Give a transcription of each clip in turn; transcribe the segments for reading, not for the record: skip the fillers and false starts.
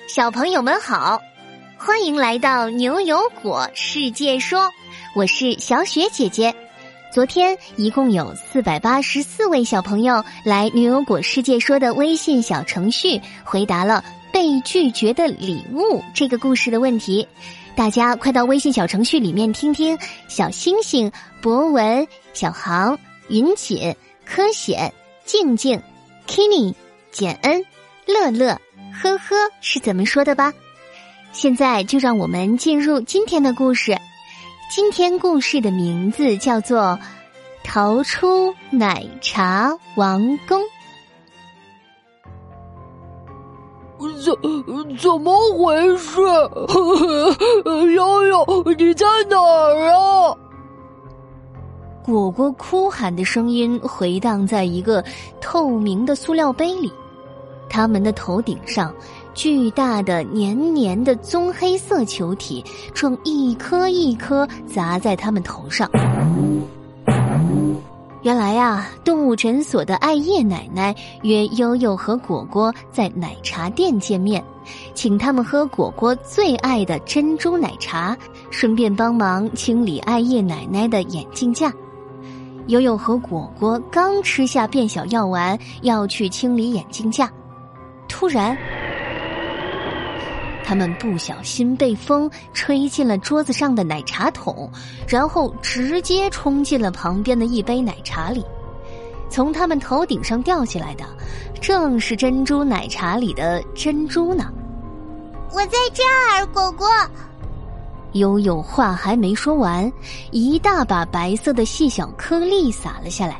小朋友们好，欢迎来到牛油果世界说，我是小雪姐姐。昨天一共有484位小朋友来牛油果世界说的微信小程序回答了被拒绝的礼物这个故事的问题。大家快到微信小程序里面听听小星星、博文、小航、云锦、柯显、静静、Kenny、简恩、乐乐、呵呵是怎么说的吧。现在就让我们进入今天的故事。今天故事的名字叫做逃出奶茶王宫。 怎么回事？悠悠，你在哪儿啊？ 果果哭喊的声音回荡在一个透明的塑料杯里，他们的头顶上巨大的黏黏的棕黑色球体正一颗一颗砸在他们头上。原来啊，动物诊所的艾叶奶奶约悠悠和果果在奶茶店见面，请他们喝果果最爱的珍珠奶茶，顺便帮忙清理艾叶奶奶的眼镜架。悠悠和果果刚吃下变小药丸，要去清理眼镜架，突然他们不小心被风吹进了桌子上的奶茶桶，然后直接冲进了旁边的一杯奶茶里。从他们头顶上掉下来的正是珍珠奶茶里的珍珠呢。 我在这儿，果果。 悠悠话还没说完，一大把白色的细小颗粒洒了下来。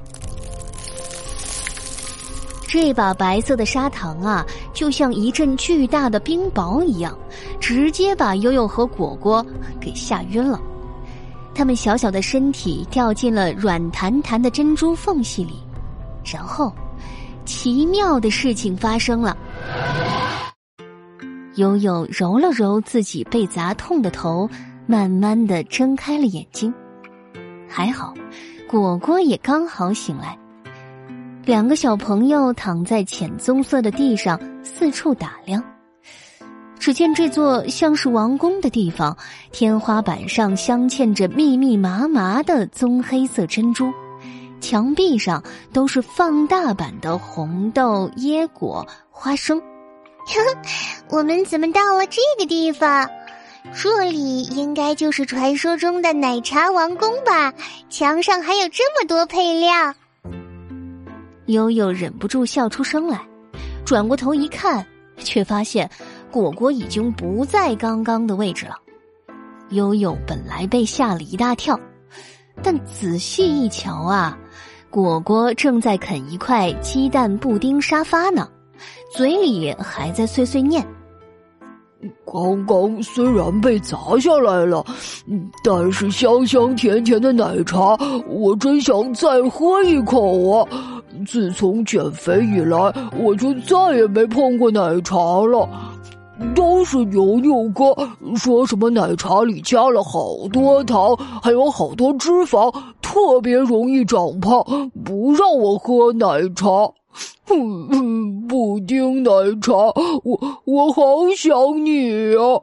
这把白色的砂糖啊，就像一阵巨大的冰雹一样，直接把悠悠和果果给吓晕了。他们小小的身体掉进了软弹弹的珍珠缝隙里，然后奇妙的事情发生了。悠悠揉了揉自己被砸痛的头，慢慢地睁开了眼睛。还好，果果也刚好醒来。两个小朋友躺在浅棕色的地上四处打量，只见这座像是王宫的地方，天花板上镶嵌着密密麻麻的棕黑色珍珠，墙壁上都是放大版的红豆、椰果、花生。 我们怎么到了这个地方？这里应该就是传说中的奶茶王宫吧？墙上还有这么多配料。 悠悠忍不住笑出声来，转过头一看，却发现果果已经不在刚刚的位置了。悠悠本来被吓了一大跳，但仔细一瞧啊，果果正在啃一块鸡蛋布丁沙发呢，嘴里还在碎碎念。 刚刚虽然被砸下来了，但是香香甜甜的奶茶，我真想再喝一口啊！自从减肥以来，我就再也没碰过奶茶了。都是牛牛哥说什么奶茶里加了好多糖，还有好多脂肪，特别容易长胖，不让我喝奶茶。布丁奶茶，我好想你啊！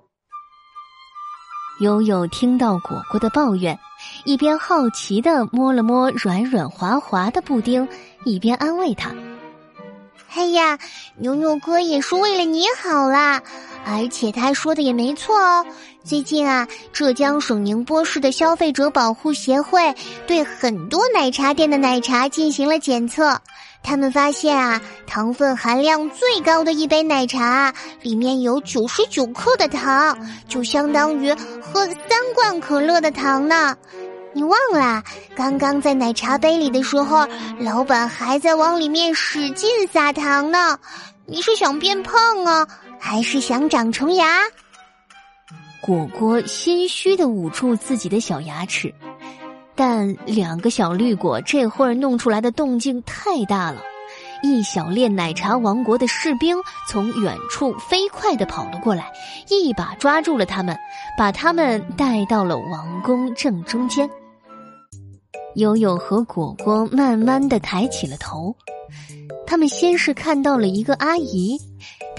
悠悠听到果果的抱怨，一边好奇地摸了摸软软滑滑的布丁，一边安慰他。 哎呀，牛牛哥也是为了你好啦，而且他说的也没错哦。最近啊，浙江省宁波市的消费者保护协会对很多奶茶店的奶茶进行了检测，他们发现啊，糖分含量最高的一杯奶茶里面有99克的糖，就相当于喝3罐可乐的糖呢。你忘了刚刚在奶茶杯里的时候，老板还在往里面使劲撒糖呢。你是想变胖啊，还是想长虫牙？ 果果心虚地捂住自己的小牙齿，但2个小绿果这会儿弄出来的动静太大了，一小列奶茶王国的士兵从远处飞快地跑了过来，一把抓住了他们，把他们带到了王宫正中间。悠悠和果果慢慢地抬起了头，他们先是看到了一个阿姨，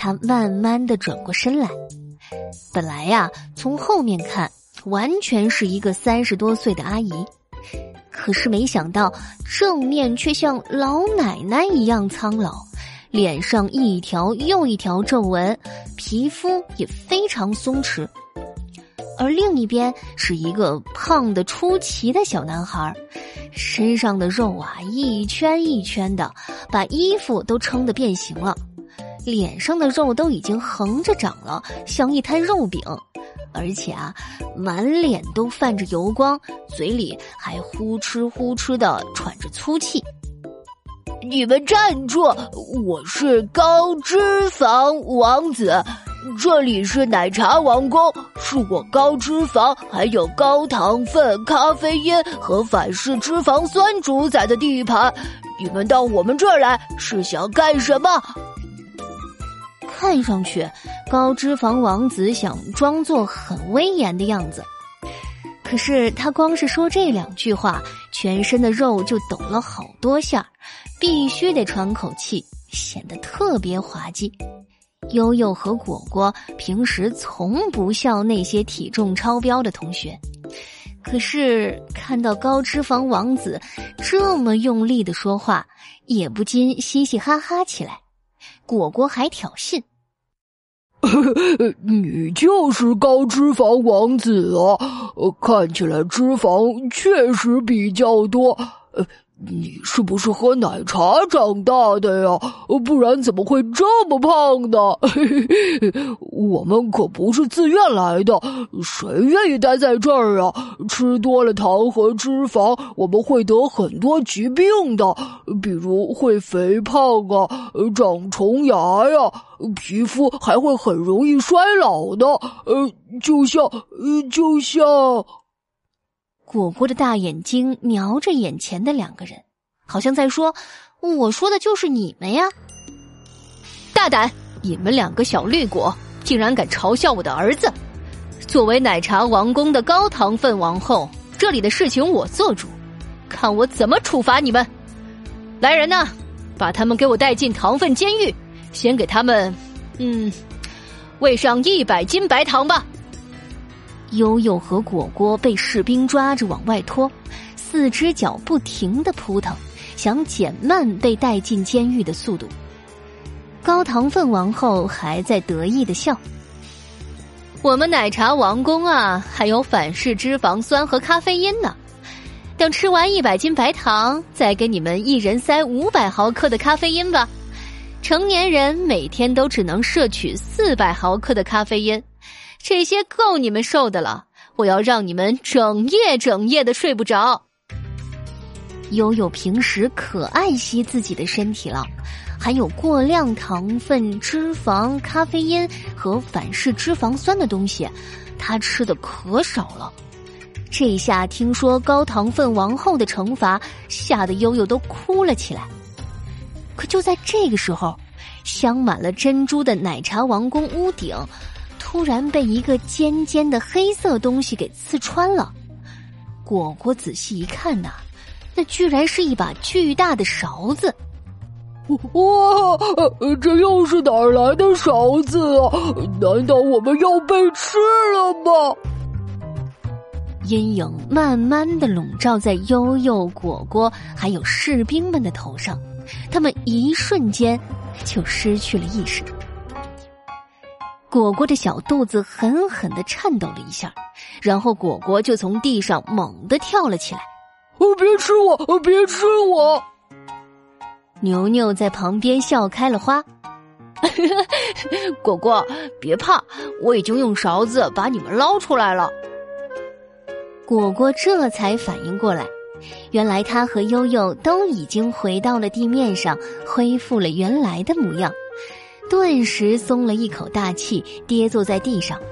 他慢慢地转过身来。本来呀，从后面看完全是一个30多岁的阿姨，可是没想到正面却像老奶奶一样苍老，脸上一条又一条皱纹，皮肤也非常松弛。而另一边是一个胖得出奇的小男孩，身上的肉啊一圈一圈的，把衣服都撑得变形了，脸上的肉都已经横着长了，像一滩肉饼，而且啊满脸都泛着油光，嘴里还呼哧呼哧的喘着粗气。 你们站住！我是高脂肪王子，这里是奶茶王宫，是我高脂肪还有高糖分、咖啡因和反式脂肪酸主宰的地盘。你们到我们这儿来是想干什么？ 看上去高脂肪王子想装作很威严的样子，可是他光是说这2句话，全身的肉就抖了好多下，必须得喘口气，显得特别滑稽。悠悠和果果平时从不笑那些体重超标的同学，可是看到高脂肪王子这么用力地说话，也不禁嘻嘻哈哈起来。果果还挑衅， 你就是高脂肪王子啊，看起来脂肪确实比较多，你是不是喝奶茶长大的呀？不然怎么会这么胖呢？我们可不是自愿来的，谁愿意待在这儿啊？吃多了糖和脂肪，我们会得很多疾病的，比如会肥胖啊，长虫牙呀，皮肤还会很容易衰老的，就像。 果果的大眼睛瞄着眼前的2个人，好像在说，我说的就是你们呀。大胆，你们2个小绿果竟然敢嘲笑我的儿子！作为奶茶王宫的高糖分王后，这里的事情我做主，看我怎么处罚你们。来人呐，把他们给我带进糖分监狱，先给他们喂上100斤白糖吧。悠悠和果果被士兵抓着往外拖，4只脚不停地扑腾，想减慢被带进监狱的速度。高糖分王后还在得意地笑，我们奶茶王宫啊，还有反式脂肪酸和咖啡因呢。等吃完100斤白糖，再给你们一人塞500毫克的咖啡因吧。成年人每天都只能摄取400毫克的咖啡因，这些够你们受的了，我要让你们整夜的睡不着。悠悠平时可爱惜自己的身体了，含有过量糖分、脂肪、咖啡因和反式脂肪酸的东西，他吃的可少了。这下听说高糖分王后的惩罚，吓得悠悠都哭了起来。可就在这个时候，镶满了珍珠的奶茶王宫屋顶突然被一个尖尖的黑色东西给刺穿了。果果仔细一看呐，那居然是一把巨大的勺子。 哇，这又是哪儿来的勺子啊？难道我们要被吃了吗？ 阴影慢慢地笼罩在悠悠、果果还有士兵们的头上，他们一瞬间就失去了意识。果果的小肚子狠狠地颤抖了一下，然后果果就从地上猛地跳了起来。 别吃我，别吃我！ 牛牛在旁边笑开了花。 果果，别怕，我已经用勺子把你们捞出来了。 果果这才反应过来，原来他和悠悠都已经回到了地面上，恢复了原来的模样，顿时松了一口大气，跌坐在地上。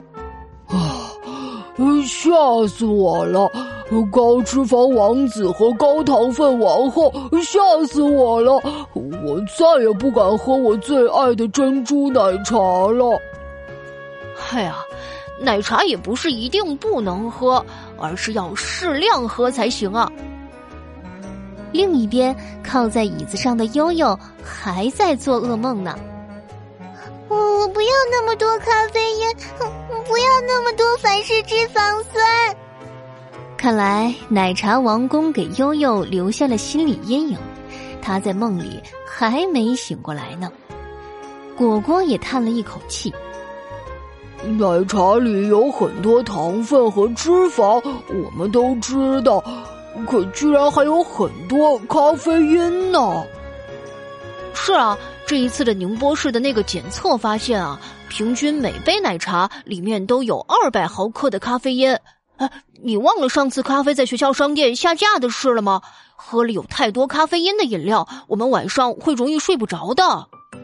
吓死我了！高脂肪王子和高糖分王后，吓死我了！我再也不敢喝我最爱的珍珠奶茶了。 哎呀，奶茶也不是一定不能喝，而是要适量喝才行啊。 另一边靠在椅子上的悠悠还在做噩梦呢。 我不要那么多咖啡因，不要那么多反式脂肪酸。 看来奶茶王宫给悠悠留下了心理阴影，他在梦里还没醒过来呢。果果也叹了一口气， 奶茶里有很多糖分和脂肪，我们都知道，可居然还有很多咖啡因呢。 是啊，这一次的宁波市的那个检测发现啊，平均每杯奶茶里面都有200毫克的咖啡因。你忘了上次咖啡在学校商店下架的事了吗？喝了有太多咖啡因的饮料，我们晚上会容易睡不着的。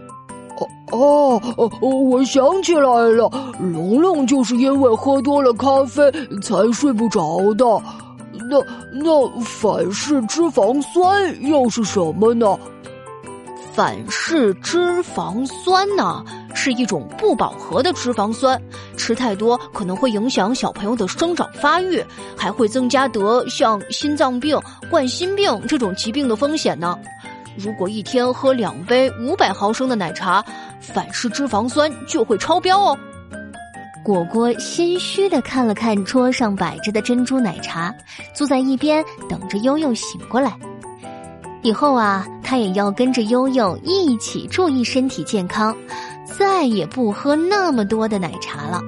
我想起来了，龙龙就是因为喝多了咖啡才睡不着的。那反式脂肪酸又是什么呢？ 反式脂肪酸呢，是一种不饱和的脂肪酸，吃太多可能会影响小朋友的生长发育，还会增加得像心脏病、冠心病这种疾病的风险呢。如果一天喝2杯500毫升的奶茶，反式脂肪酸就会超标哦。 果果心虚地看了看桌上摆着的珍珠奶茶，坐在一边等着悠悠醒过来。以后啊，他也要跟着悠悠一起注意身体健康，再也不喝那么多的奶茶了。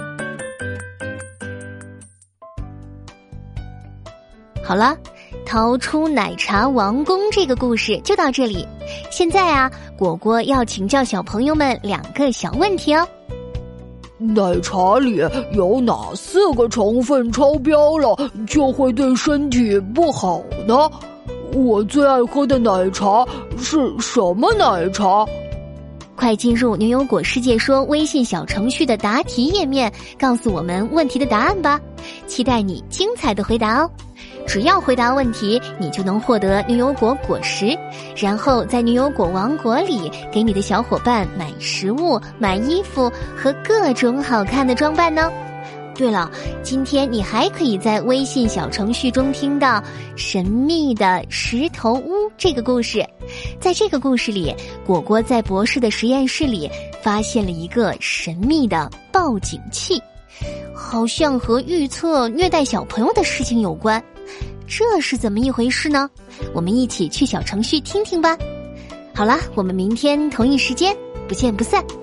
好了，逃出奶茶王宫这个故事就到这里。现在啊，果果要请教小朋友们2个小问题哦。 奶茶里有哪4个成分超标了就会对身体不好呢？我最爱喝的奶茶是什么奶茶？ 快进入牛油果世界说微信小程序的答题页面，告诉我们问题的答案吧，期待你精彩的回答哦。只要回答问题，你就能获得牛油果果实，然后在牛油果王国里给你的小伙伴买食物、买衣服和各种好看的装扮呢。对了，今天你还可以在微信小程序中听到神秘的石头屋这个故事。在这个故事里，果果在博士的实验室里发现了一个神秘的报警器，好像和预测虐待小朋友的事情有关。这是怎么一回事呢？我们一起去小程序听听吧。好啦，我们明天同一时间不见不散。